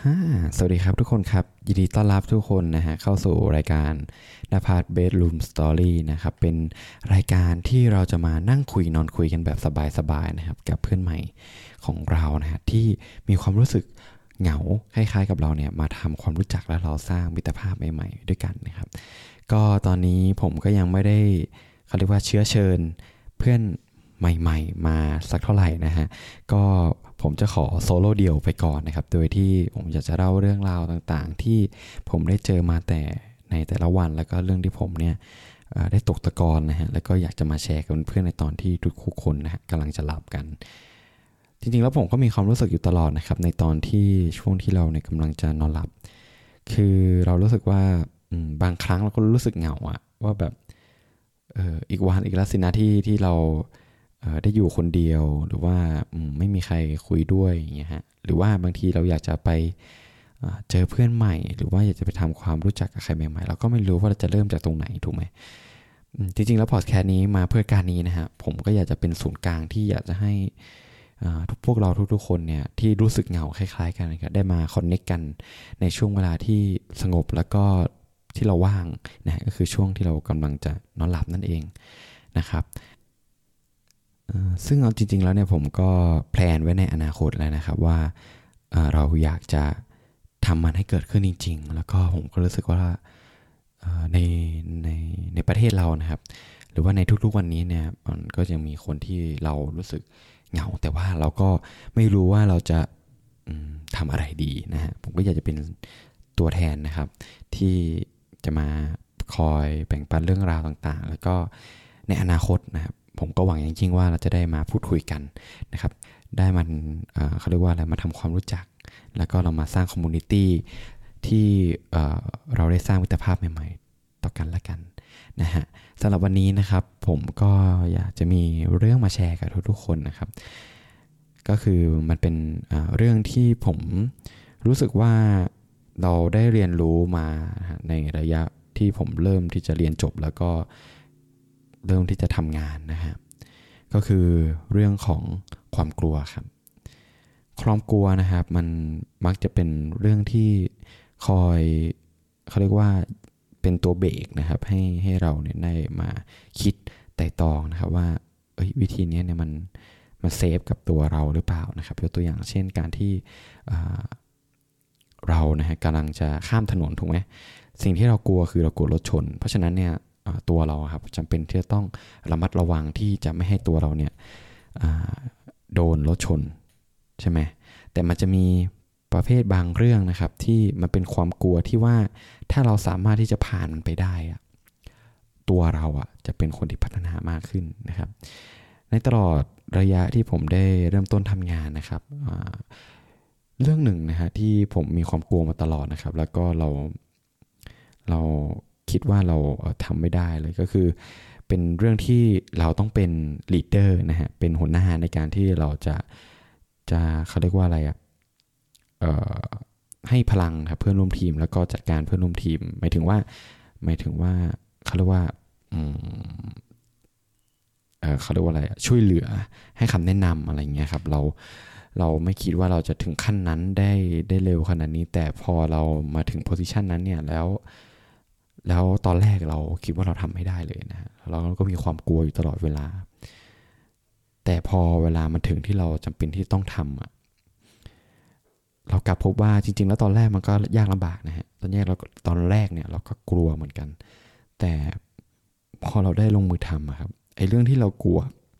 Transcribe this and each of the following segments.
สวัสดีครับทุกคนครับยินดีต้อนรับทุกคนนะฮะเข้าสู่รายการนภัส Bedroom Story นะครับเป็นรายการที่เราจะมานั่งคุยนอนคุยกันแบบสบายๆนะครับกับเพื่อนใหม่ของเรานะฮะที่มีความรู้สึกเหงาคล้ายๆกับเราเนี่ยมาทำความรู้จักและเราสร้างมิตรภาพใหม่ๆด้วยกันนะครับก็ตอนนี้ผมก็ยังไม่ได้เขาเรียกว่าเชื้อเชิญเพื่อนใหม่ๆมาสักเท่าไหร่นะฮะก็ผมจะขอโซโล่เดี่ยวไปก่อนนะครับโดยที่ผมอยากจะเล่าเรื่องราวต่างๆที่ผมได้เจอมาแต่ในแต่ละวันแล้วก็เรื่องที่ผมเนี่ยได้ตกตะกอนนะฮะแล้วก็อยากจะมาแชร์กับเพื่อนในตอนที่ทุกคนนะฮะกำลังจะหลับกันจริงๆแล้วผมก็มีความรู้สึกอยู่ตลอดนะครับในตอนที่ช่วงที่เราเนี่ยกำลังจะนอนหลับคือเรารู้สึกว่าบางครั้งเราก็รู้สึกเหงาอะว่าแบบอีกวันอีกแล้วสินะที่เราได้อยู่คนเดียวหรือว่าไม่มีใครคุยด้วยอย่างเงี้ยฮะหรือว่าบางทีเราอยากจะไปเจอเพื่อนใหม่หรือว่าอยากจะไปทำความรู้จักกับใครใหม่ๆเราก็ไม่รู้ว่าเราจะเริ่มจากตรงไหนถูกไหมจริงๆแล้วพอดแคสต์นี้มาเพื่อการนี้นะฮะผมก็อยากจะเป็นศูนย์กลางที่อยากจะให้พวกเราทุกๆคนเนี่ยที่รู้สึกเหงาคล้ายๆกันนะครับได้มาคอนเนคกันในช่วงเวลาที่สงบแล้วก็ที่เราว่างนะก็คือช่วงที่เรากำลังจะนอนหลับนั่นเองนะครับซึ่งเอาจริงๆแล้วเนี่ยผมก็แพลนไว้ในอนาคตแล้วนะครับว่าเราอยากจะทำมันให้เกิดขึ้นจริงๆแล้วก็ผมก็รู้สึกว่าในในในประเทศเรานะครับหรือว่าในทุกๆวันนี้เนี่ยมันก็ยังมีคนที่เรารู้สึกเหงาแต่ว่าเราก็ไม่รู้ว่าเราจะทำอะไรดีนะฮะผมก็อยากจะเป็นตัวแทนนะครับที่จะมาคอยแบ่งปันเรื่องราวต่างๆแล้วก็ในอนาคตนะครับผมก็หวังอย่างยิ่งว่าเราจะได้มาพูดคุยกันนะครับได้มันเขาเรียกว่าอะไรมาทำความรู้จักแล้วก็เรามาสร้างคอมมูนิตี้ที่เราได้สร้างมิตรภาพใหม่ๆต่อกันละกันนะฮะสำหรับวันนี้นะครับผมก็อยากจะมีเรื่องมาแชร์กับทุกๆคนนะครับก็คือมันเป็นเรื่องที่ผมรู้สึกว่าเราได้เรียนรู้มาในระยะที่ผมเริ่มที่จะเรียนจบแล้วก็เริ่มที่จะทำงานนะฮะก็คือเรื่องของความกลัวครับความกลัวนะครับมันมักจะเป็นเรื่องที่คอยเขาเรียกว่าเป็นตัวเบรกนะครับให้เราเนี่ยได้มาคิดไต่ตองนะครับว่าวิธีนี้เนี่ยมันเซฟกับตัวเราหรือเปล่านะครับยกตัวอย่างเช่นการที่เรานะฮะกำลังจะข้ามถนนถูกไหมสิ่งที่เรากลัวคือเรากลัวรถชนเพราะฉะนั้นเนี่ยตัวเราครับจำเป็นที่จะต้องระมัดระวังที่จะไม่ให้ตัวเราเนี่ยโดนรถชนใช่ไหมแต่มันจะมีประเภทบางเรื่องนะครับที่มันเป็นความกลัวที่ว่าถ้าเราสามารถที่จะผ่านมันไปได้ตัวเราจะเป็นคนที่พัฒนามากขึ้นนะครับในตลอดระยะที่ผมได้เริ่มต้นทำงานนะครับเรื่องหนึ่งนะฮะที่ผมมีความกลัวมาตลอดนะครับแล้วก็เราคิดว่าเราทำไม่ได้เลยก็คือเป็นเรื่องที่เราต้องเป็นลีดเดอร์นะฮะเป็นหัวหน้าในการที่เราจะเขาเรียกว่าอะไรให้พลังครับเพื่อนร่วมทีมแล้วก็จัดการเพื่อนร่วมทีมหมายถึงว่าเขาเรียกว่าเขาเรียกว่าอะไรช่วยเหลือให้คำแนะนำอะไรเงี้ยครับเราไม่คิดว่าเราจะถึงขั้นนั้นได้เร็วขนาดนี้แต่พอเรามาถึงโพสิชันนั้นเนี่ยแล้วตอนแรกเราคิดว่าเราทำไม่ได้เลยนะเราก็มีความกลัวอยู่ตลอดเวลาแต่พอเวลามันถึงที่เราจำเป็นที่ต้องทำเรากลับพบว่าจริงๆแล้วตอนแรกมันก็ยากลำบากนะฮะตอนแรกเนี่ยเราก็กลัวเหมือนกันแต่พอเราได้ลงมือทำครับไอ้เรื่องที่เรากลัว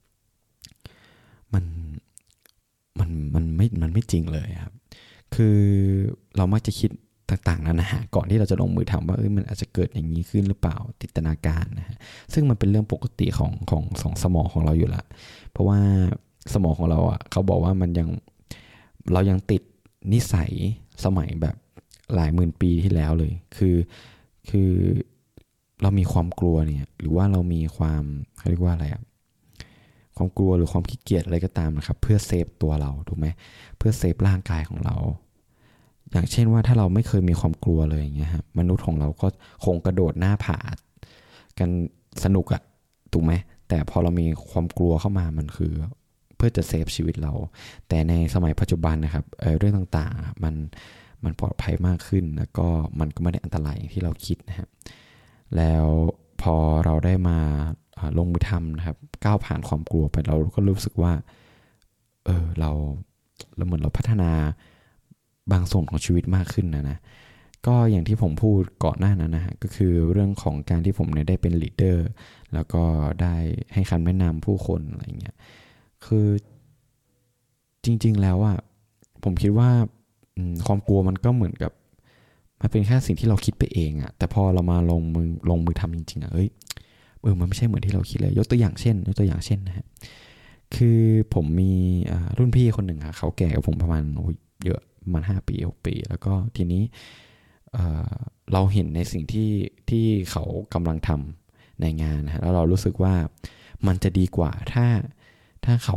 มันไม่จริงเลยครับคือเรามักจะคิดต่างๆนะฮะก่อนที่เราจะลงมือทำว่ามันอาจจะเกิดอย่างนี้ขึ้นหรือเปล่าจินตนาการนะฮะซึ่งมันเป็นเรื่องปกติของสมองของเราอยู่ละเพราะว่าสมองของเราเขาบอกว่าเรายังติดนิสัยสมัยแบบหลายหมื่นปีที่แล้วเลยคือเรามีความกลัวเนี่ยหรือว่าเรามีความเขาเรียกว่าอะไรความกลัวหรือความขี้เกียจอะไรก็ตามนะครับเพื่อเซฟตัวเราถูกไหมเพื่อเซฟร่างกายของเราอย่างเช่นว่าถ้าเราไม่เคยมีความกลัวเลยอย่างเงี้ยฮะมนุษย์ของเราก็คงกระโดดหน้าผากันสนุกถูกไหมแต่พอเรามีความกลัวเข้ามามันคือเพื่อจะเซฟชีวิตเราแต่ในสมัยปัจจุบันนะครับเรื่องต่างๆมันปลอดภัยมากขึ้นแล้วก็มันก็ไม่ได้อันตรายอย่างที่เราคิดนะฮะแล้วพอเราได้มาลงมือทำนะครับก้าวผ่านความกลัวไปเราก็รู้สึกว่าเราเหมือนเราพัฒนาบางส่วนของชีวิตมากขึ้นนะก็อย่างที่ผมพูดก่อนหน้านั้นนะฮะก็คือเรื่องของการที่ผมเนี่ยได้เป็นลีดเดอร์แล้วก็ได้ให้คำแนะนำผู้คนอะไรเงี้ยคือจริงๆแล้วอ่ะผมคิดว่าความกลัวมันก็เหมือนกับมันเป็นแค่สิ่งที่เราคิดไปเองอ่ะแต่พอเรามาลงมือทำจริงๆอ่ะมันไม่ใช่เหมือนที่เราคิดเลยยกตัวอย่างเช่นนะฮะคือผมมีรุ่นพี่คนหนึ่งค่ะเขาแก่กว่าผมประมาณเยอะประมาณ5 ปี 6 ปีแล้วก็ทีนี้เราเห็นในสิ่งที่เขากำลังทำในงานนะแล้วเรารู้สึกว่ามันจะดีกว่าถ้าเขา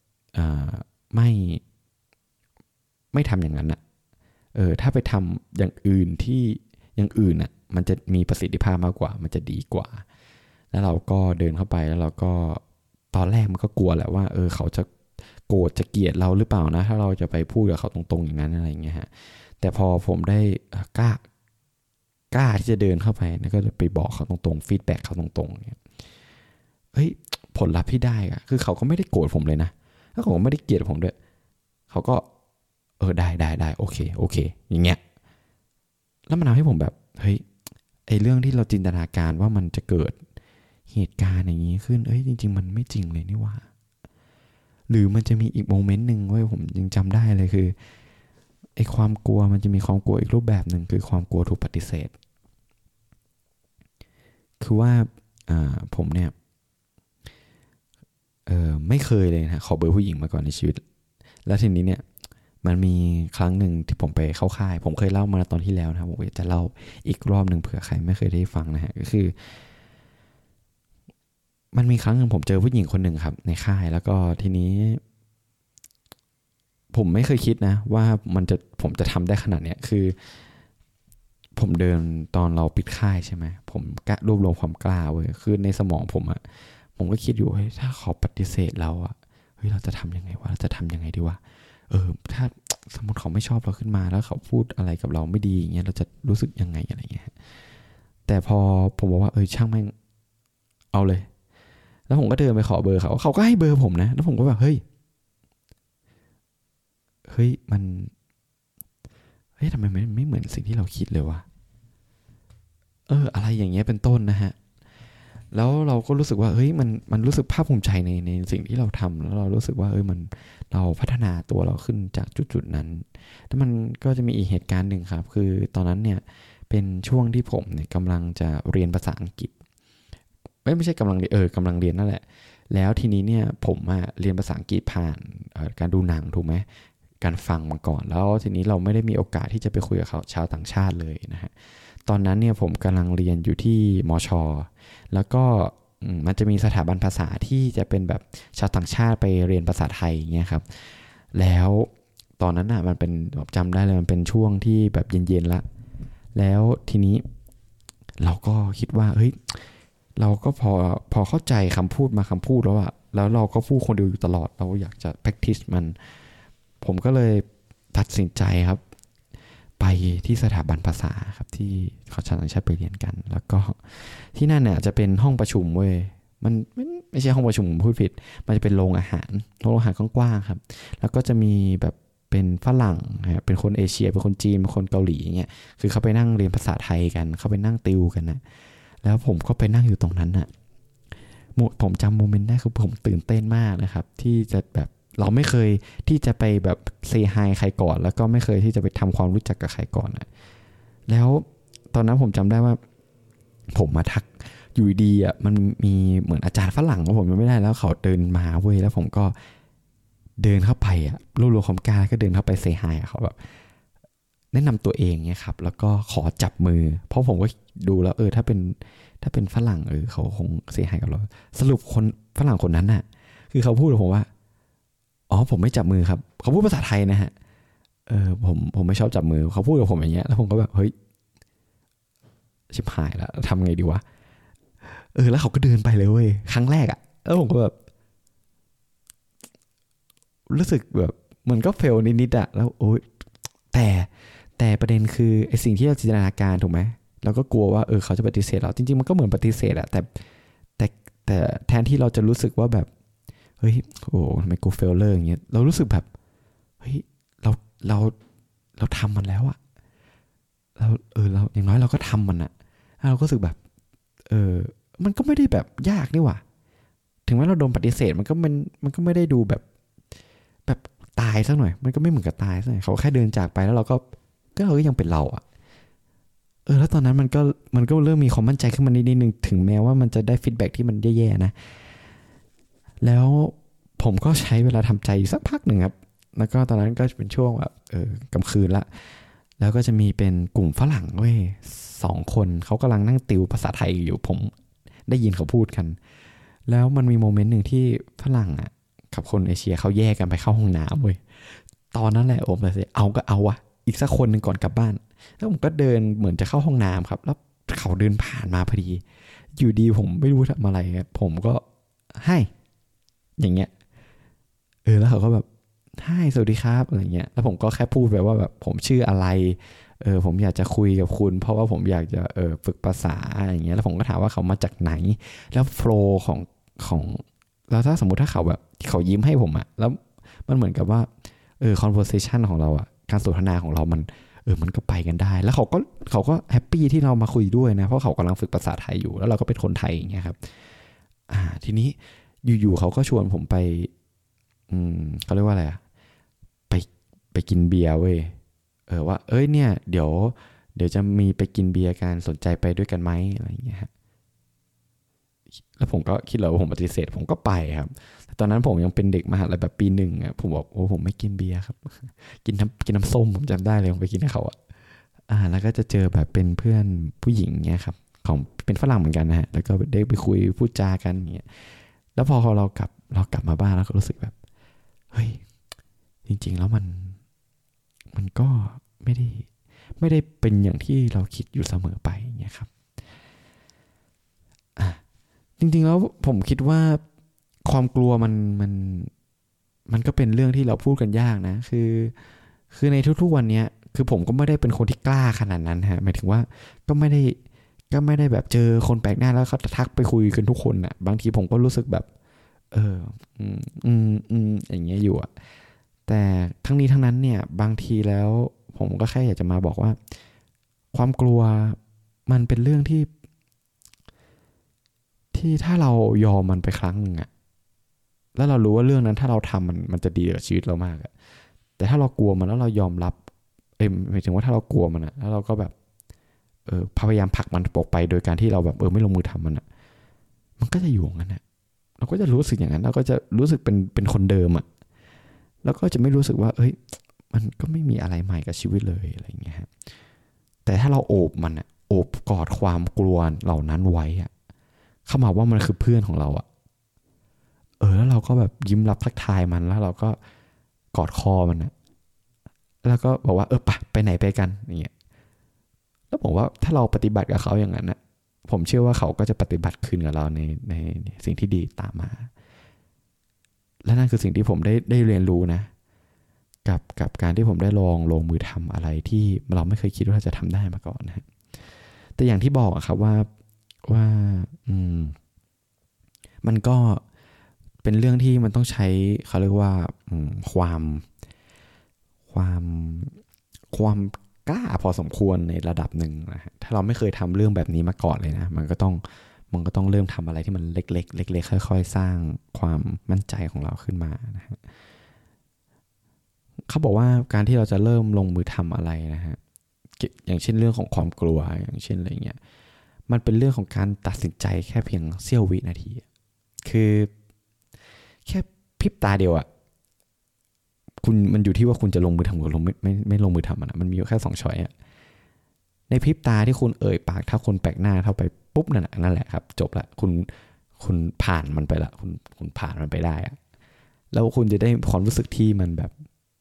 ไม่ทำอย่างนั้นอ่ะถ้าไปทำอย่างอื่นที่อย่างอื่นอ่ะมันจะมีประสิทธิภาพมากกว่ามันจะดีกว่าแล้วเราก็เดินเข้าไปแล้วเราก็ตอนแรกมันก็กลัวแหละว่าเขาจะโกรธจะเกลียดเราหรือเปล่านะถ้าเราจะไปพูดกับเขาตรงๆอย่างนั้นอะไรอย่างเงี้ยฮะแต่พอผมได้กล้าที่จะเดินเข้าไปแล้วก็ไปบอกเขาตรงๆฟีดแบ็กเขาตรงๆเนี่ยผลลัพธ์ที่ได้อะคือเขาก็ไม่ได้โกรธผมเลยนะแล้วเขาก็ไม่ได้เกลียดผมด้วยเขาก็ได้โอเคอย่างเงี้ยแล้วมันทำให้ผมแบบไอเรื่องที่เราจินตนาการว่ามันจะเกิดเหตุการณ์อย่างนี้ขึ้นจริงๆมันไม่จริงเลยนี่ว่าหรือมันจะมีอีกโมเมนต์นึงว่าผมยังจำได้เลยคือไอความกลัวมันจะมีความกลัวอีกรูปแบบหนึ่งคือความกลัวถูกปฏิเสธคือว่าผมเนี่ยไม่เคยเลยนะขอเบอร์ผู้หญิงมาก่อนในชีวิตแล้วทีนี้เนี่ยมันมีครั้งหนึ่งที่ผมไปเข้าค่ายผมเคยเล่ามาตอนที่แล้วนะครับผมจะเล่าอีกรอบหนึ่งเผื่อใครไม่เคยได้ฟังนะฮะก็คือมันมีครั้งหนึ่งผมเจอผู้หญิงคนหนึ่งครับในค่ายแล้วก็ทีนี้ผมไม่เคยคิดนะว่าผมจะทำได้ขนาดเนี้ยคือผมเดินตอนเราปิดค่ายใช่ไหมผมรวบรวมความกล้าเว้ยคือในสมองผมก็คิดอยู่ถ้าเขาปฏิเสธเราเราจะทำยังไงวะเราจะทำยังไงดีวะถ้าสมมติเขาไม่ชอบเราขึ้นมาแล้วเขาพูดอะไรกับเราไม่ดีอย่างเงี้ยเราจะรู้สึกยังไงอะไรเงี้ยแต่พอผมบอกว่าช่างแม่งเอาเลยแล้วผมก็เดินไปขอเบอร์เขาก็ให้เบอร์ผมนะแล้วผมก็แบบเฮ้ยมันทำไมไม่เหมือนสิ่งที่เราคิดเลยวะอะไรอย่างเงี้ยเป็นต้นนะฮะแล้วเราก็รู้สึกว่ามันรู้สึกภาคภูมิใจในสิ่งที่เราทำแล้วเรารู้สึกว่าเราพัฒนาตัวเราขึ้นจากจุดนั้นแล้วมันก็จะมีอีกเหตุการณ์หนึ่งครับคือตอนนั้นเนี่ยเป็นช่วงที่ผมเนี่ยกำลังจะเรียนภาษาอังกฤษไม่ใช่กำลังเรียนนั่นแหละแล้วทีนี้เนี่ยผมเรียนภาษาอังกฤษผ่านการดูหนังถูกไหมการฟังมาก่อนแล้วทีนี้เราไม่ได้มีโอกาสที่จะไปคุยกับชาวต่างชาติเลยนะฮะตอนนั้นเนี่ยผมกำลังเรียนอยู่ที่มช.แล้วก็มันจะมีสถาบันภาษาที่จะเป็นแบบชาวต่างชาติไปเรียนภาษาไทยเงี้ยครับแล้วตอนนั้นมันเป็นจำได้เลยมันเป็นช่วงที่แบบเย็นๆละแล้วทีนี้เราก็คิดว่าเราก็พอเข้าใจคำพูดแล้วเราก็พูดคนเดียวอยู่ตลอดเราอยากจะ practice มันผมก็เลยตัดสินใจครับไปที่สถาบันภาษาครับที่เขาชาวต่างชาติไปเรียนกันแล้วก็ที่นั่นเนี่ยจะเป็นห้องประชุมเว้ยมันไม่ใช่ห้องประชุมผมพูดผิดมันจะเป็นโรงอาหารกว้างๆครับแล้วก็จะมีแบบเป็นฝรั่งเป็นคนเอเชียเป็นคนจีนเป็นคนเกาหลีอย่างเงี้ยคือเขาไปนั่งเรียนภาษาไทยกันเขาไปนั่งติวกันนะแล้วผมก็ไปนั่งอยู่ตรงนั้นน่ะผมจำโมเมนต์ได้คือผมตื่นเต้นมากนะครับที่จะแบบเราไม่เคยที่จะไปแบบเซย์ไฮใครก่อนแล้วก็ไม่เคยที่จะไปทำความรู้จักกับใครก่อนนะแล้วตอนนั้นผมจำได้ว่าผมมาทักอยู่ดีมันมีเหมือนอาจารย์ฝรั่งผมไม่ได้แล้วเขาเดินมาเว้ยแล้วผมก็เดินเข้าไปรวบรวมความกล้าก็เดินเข้าไปเซย์ไฮเขาแบบแนะนำตัวเองเนี่ยครับแล้วก็ขอจับมือเพราะผมก็ดูแล้วถ้าเป็นฝรั่งเขาคงเซย์ไฮกับเราสรุปคนฝรั่งคนนั้นน่ะคือเขาพูดกับผมว่าผมไม่จับมือครับเขาพูดภาษาไทยนะฮะผมไม่ชอบจับมือเขาพูดกับผมอย่างเงี้ยแล้วผมก็แบบชิบหายแล้วทำไงดีวะแล้วเขาก็เดินไปเลยเว้ยครั้งแรกแล้วผมก็แบบรู้สึกแบบมันก็เฟลนิดๆแล้วแต่แต่ประเด็นคือไอ้สิ่งที่เราจินตนาการถูกไหมเราก็กลัวว่าเขาจะปฏิเสธเราจริงๆมันก็เหมือนปฏิเสธอะแต่แทนที่เราจะรู้สึกว่าแบบเฮ้ยโอ้ทำไมกูเฟลเลอร์อย่างเงี้ยเรารู้สึกแบบเฮ้ยเราเราทำมันแล้วอะเราอย่างน้อยเราก็ทำมันอะเราก็รู้สึกแบบมันก็ไม่ได้แบบยากนี่หว่าถึงแม้เราโดนปฏิเสธมันก็ไม่ได้ดูแบบตายสักหน่อยมันก็ไม่เหมือนกับตายสักหน่อยเขาแค่เดินจากไปแล้วเราก็ยังเป็นเราอะแล้วตอนนั้นมันก็เริ่มมีความมั่นใจขึ้นมานิดนึงถึงแม้ว่ามันจะได้ฟีดแบ็กที่มันแย่ๆนะแล้วผมก็ใช้เวลาทำใจสักพักหนึ่งครับแล้วก็ตอนนั้นก็เป็นช่วงแบบกลางคืนละแล้วก็จะมีเป็นกลุ่มฝรั่งเว้ย2 คนเขากำลังนั่งติวภาษาไทยอยู่ผมได้ยินเขาพูดกันแล้วมันมีโมเมนต์หนึ่งที่ฝรั่งอ่ะกับคนเอเชียเขาแยกกันไปเข้าห้องน้ำเว้ยตอนนั้นแหละผมเลยเอาก็เอาวะอีกสักคนหนึ่งก่อนกลับบ้านแล้วผมก็เดินเหมือนจะเข้าห้องน้ำครับแล้วเขาเดินผ่านมาพอดีอยู่ดีผมไม่รู้ทำอะไรครับผมก็ให้อย่างเงี้ยแล้วเขาก็แบบให้สวัสดีครับอะไรเงี้ยแล้วผมก็แค่พูดไปว่าแบบผมชื่ออะไรผมอยากจะคุยกับคุณเพราะว่าผมอยากจะฝึกภาษาอย่างเงี้ยแล้วผมก็ถามว่าเขามาจากไหนแล้วโฟลว์ของแล้วถ้าสมมุติถ้าเขาแบบเขายิ้มให้ผมอะแล้วมันเหมือนกับว่าconversation ของเราอะการสนทนาของเรามันก็ไปกันได้แล้วเขาก็แฮปปี้ที่เรามาคุยด้วยนะเพราะเขากำลังฝึกภาษาไทยอยู่แล้วเราก็เป็นคนไทยอย่างเงี้ยครับทีนี้อยู่ๆเขาก็ชวนผมไปเขาเรียกว่าอะไรอะไปกินเบียร์เว้ยว่าเนี่ยเดี๋ยวจะมีไปกินเบียร์กันสนใจไปด้วยกันไหมอะไรอย่างเงี้ยฮะแล้วผมก็คิดเลยว่าผมปฏิเสธผมก็ไปครับแต่ตอนนั้นผมยังเป็นเด็กมหาลัยแบบปี 1อ่ะผมบอกผมไม่กินเบียร์ครับกินน้ำส้มผมจำได้เลยผมไปกินกับเขาแล้วก็จะเจอแบบเป็นเพื่อนผู้หญิงเงี้ยครับของเป็นฝรั่งเหมือนกันนะฮะแล้วก็ได้ไปคุยพูดจากันเงี้ยแล้วพอเรากลับมาบ้านแล้วก็รู้สึกแบบเฮ้ยจริงๆแล้วมันก็ไม่ได้เป็นอย่างที่เราคิดอยู่เสมอไปเงี้ยครับจริงๆแล้วผมคิดว่าความกลัวมันก็เป็นเรื่องที่เราพูดกันยากนะคือในทุกๆวันนี้คือผมก็ไม่ได้เป็นคนที่กล้าขนาดนั้นฮะหมายถึงว่าก็ไม่ได้แบบเจอคนแปลกหน้าแล้วเขาทักไปคุยกันทุกคนอ่ะบางทีผมก็รู้สึกแบบอย่างเงี้ยอยู่อ่ะแต่ทั้งนี้ทั้งนั้นเนี่ยบางทีแล้วผมก็แค่อยากจะมาบอกว่าความกลัวมันเป็นเรื่องที่ถ้าเรายอมมันไปครั้งนึงอะแล้วเรารู้ว่าเรื่องนั้นถ้าเราทำมันจะดีกับชีวิตเรามากอะแต่ถ้าเรากลัวมันแล้วเรายอมรับหมายถึงว่าถ้าเรากลัวมันอะแล้วเราก็แบบพยายามผลักมันออกไปโดยการที่เราแบบไม่ลงมือทำมันอะมันก็จะอยู่อย่างนั้นอะเราก็จะรู้สึกอย่างนั้นเราก็จะรู้สึกเป็นคนเดิมอะแล้วก็จะไม่รู้สึกว่ามันก็ไม่มีอะไรใหม่กับชีวิตเลยอะไรอย่างเงี้ยฮะแต่ถ้าเราโอบมันอะโอบกอดความกลัวเหล่านั้นไว้อะเข้ามาว่ามันคือเพื่อนของเราอะแล้วเราก็แบบยิ้มรับทักทายมันแล้วเราก็กอดคอมันนะแล้วก็บอกว่าไปไหนไปกันอย่างเงี้ยแล้วผมว่าถ้าเราปฏิบัติกับเขาอย่างนั้นนะผมเชื่อว่าเขาก็จะปฏิบัติคืนกับเราในสิ่งที่ดีตามมาและนั่นคือสิ่งที่ผมได้เรียนรู้นะกับการที่ผมได้ลงมือทำอะไรที่เราไม่เคยคิดว่าจะทำได้มาก่อนนะแต่อย่างที่บอกครับว่ามันก็เป็นเรื่องที่มันต้องใช้เขาเรียกว่าความกล้าพอสมควรในระดับหนึ่งนะฮะถ้าเราไม่เคยทำเรื่องแบบนี้มาก่อนเลยนะมันก็ต้องเริ่มทำอะไรที่มันเล็กๆค่อยๆสร้างความมั่นใจของเราขึ้นมานะฮะเขาบอกว่าการที่เราจะเริ่มลงมือทำอะไรนะฮะอย่างเช่นเรื่องของความกลัวอย่างเช่นอะไรเงี้ยมันเป็นเรื่องของการตัดสินใจแค่เพียงเสี้ยววินาทีคือแค่พริบตาเดียวอะมันอยู่ที่ว่าคุณจะลงมือทำหรือไม่ลงมือทำมันมีอยู่แค่2 ช้อยอะในพริบตาที่คุณปากถ้าคนแปลกหน้าเข้าไปปุ๊บนั่นแหละครับจบละคุณผ่านมันไปละคุณผ่านมันไปได้อะแล้วคุณจะได้ความรู้สึกที่มันแบบ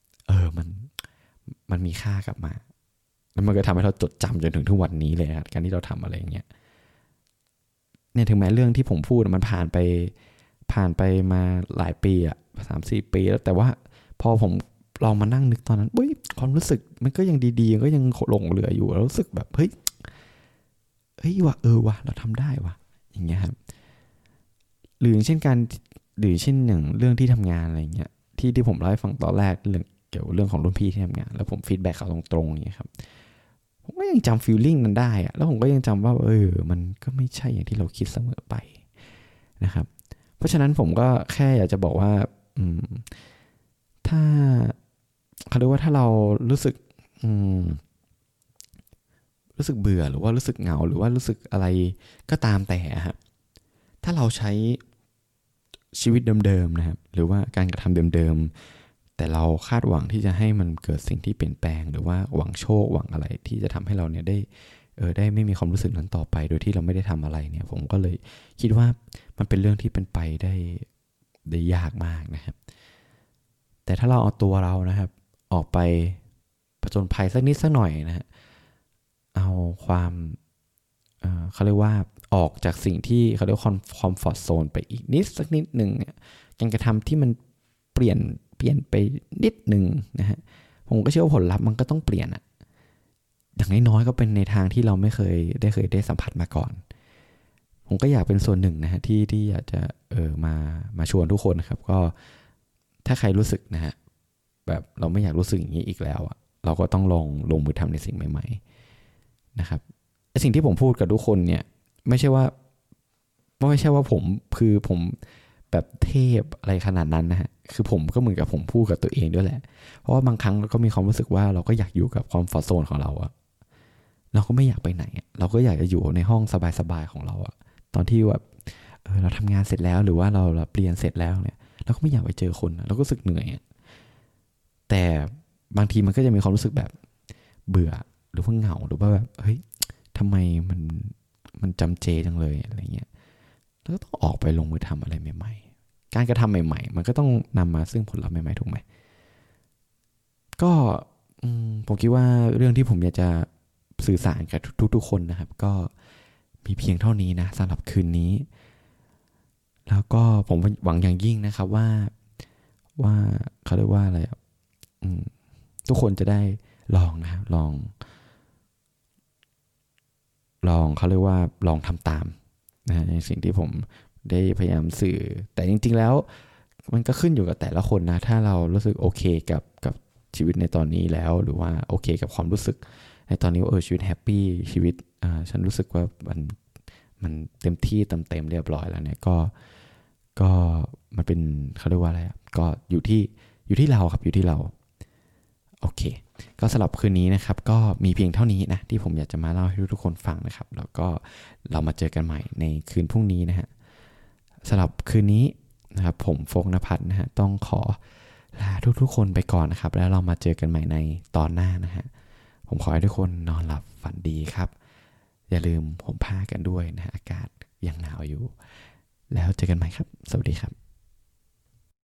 มันมีค่ากลับมาแล้วมันก็ทำให้เราจดจำจนถึงทุกวันนี้เลยครับการที่เราทำอะไรอย่างเงี้ยเนี่ยถึงแม้เรื่องที่ผมพูดมันผ่านไปมาหลายปีอ่ะ3-4 ปีแล้วแต่ว่าพอผมลองมานั่งนึกตอนนั้นความรู้สึกมันก็ยังดีๆก็ยังหลงเหลืออยู่แล้วรู้สึกแบบเฮ้ยว่ะว่ะเราทำได้ว่ะอย่างเงี้ยครับหรืออย่างเช่นอย่างเรื่องที่ทำงานอะไรเงี้ยที่ผมเล่าให้ฟังตอนแรกเรื่องเกี่ยวกับเรื่องของรุ่นพี่ที่ทำงานแล้วผมฟีดแบ็กเขาตรงๆอย่างเงี้ยครับผมก็ยังจำฟีลลิ่งนั้นได้อะแล้วผมก็ยังจำว่ามันก็ไม่ใช่อย่างที่เราคิดเสมอไปนะครับเพราะฉะนั้นผมก็แค่อยากจะบอกว่าถ้าเขาเรียกว่าถ้าเรารู้สึกเบื่อหรือว่ารู้สึกเหงาหรือว่ารู้สึกอะไรก็ตามแต่ฮะถ้าเราใช้ชีวิตเดิมๆนะครับหรือว่าการกระทำเดิมๆแต่เราคาดหวังที่จะให้มันเกิดสิ่งที่เปลี่ยนแปลงหรือว่าหวังโชคหวังอะไรที่จะทำให้เราเนี่ยได้ไม่มีความรู้สึกนั้นต่อไปโดยที่เราไม่ได้ทำอะไรเนี่ยผมก็เลยคิดว่ามันเป็นเรื่องที่เป็นไปได้ยากมากนะครับแต่ถ้าเราเอาตัวเรานะครับออกไปผจญภัยสักนิดสักหน่อยนะฮะเอาความเขาเรียกว่าออกจากสิ่งที่เขาเรียกคอมฟอร์ตโซนไปอีกสักนิดหนึ่งการกระทำที่มันเปลี่ยนไปนิดหนึ่งนะฮะผมก็เชื่อว่าผลลัพธ์มันก็ต้องเปลี่ยนอย่างน้อยๆก็เป็นในทางที่เราไม่เคยได้สัมผัสมาก่อนผมก็อยากเป็นส่วนหนึ่งนะฮะที่อยากจะมาชวนทุกคนนะครับก็ถ้าใครรู้สึกนะฮะแบบเราไม่อยากรู้สึกอย่างนี้อีกแล้วเราก็ต้องลงมือทำในสิ่งใหม่ๆนะครับสิ่งที่ผมพูดกับทุกคนเนี่ยไม่ใช่ว่าผมแบบเทพอะไรขนาดนั้นนะฮะคือผมก็เหมือนกับผมพูดกับตัวเองด้วยแหละเพราะว่าบางครั้งเราก็มีความรู้สึกว่าเราก็อยากอยู่กับความฟอร์โซนของเราเราก็ไม่อยากไปไหนเราก็อยากจะอยู่ในห้องสบายๆของเราตอนที่แบบเราทำงานเสร็จแล้วหรือว่าเราเรียนเสร็จแล้วเนี่ยเราก็ไม่อยากไปเจอคนเราก็รู้สึกเหนื่อยแต่บางทีมันก็จะมีความรู้สึกแบบเบื่อหรือว่าเหงาหรือว่าแบบเฮ้ยทำไมมันจำเจจังเลยอะไรเงี้ยแล้วก็ต้องออกไปลงมือทำอะไรใหม่ๆการกระทำใหม่ๆมันก็ต้องนำมาซึ่งผลลัพธ์ใหม่ๆถูกไหมก็ผมคิดว่าเรื่องที่ผมอยากจะสื่อสารกับทุกๆคนนะครับก็มีเพียงเท่านี้นะสำหรับคืนนี้แล้วก็ผมหวังอย่างยิ่งนะครับว่าเขาเรียกว่าอะไรทุกคนจะได้ลองนะลองเขาเรียกว่าลองทำตามนะในสิ่งที่ผมได้พยายามสื่อแต่จริงๆแล้วมันก็ขึ้นอยู่กับแต่ละคนนะถ้าเรารู้สึกโอเคกับชีวิตในตอนนี้แล้วหรือว่าโอเคกับความรู้สึกในตอนนี้ว่าชีวิตแฮปปี้ชีวิตฉันรู้สึกว่ามันเต็มที่เต็มเรียบร้อยแล้วเนี่ยก็มันเป็นเขาเรียกว่าอะไรก็อยู่ที่เราครับอยู่ที่เราโอเคก็สำหรับคืนนี้นะครับก็มีเพียงเท่านี้นะที่ผมอยากจะมาเล่าให้ทุกคนฟังนะครับแล้วก็เรามาเจอกันใหม่ในคืนพรุ่งนี้นะฮะสำหรับคืนนี้นะครับผมโฟกนภัทรนะฮะต้องขอลาทุกคนไปก่อนนะครับแล้วเรามาเจอกันใหม่ในตอนหน้านะฮะผมขอให้ทุกคนนอนหลับฝันดีครับอย่าลืมห่มผ้ากันด้วยนะฮะอากาศยังหนาวอยู่แล้วเจอกันใหม่ครับสวัสดีครับ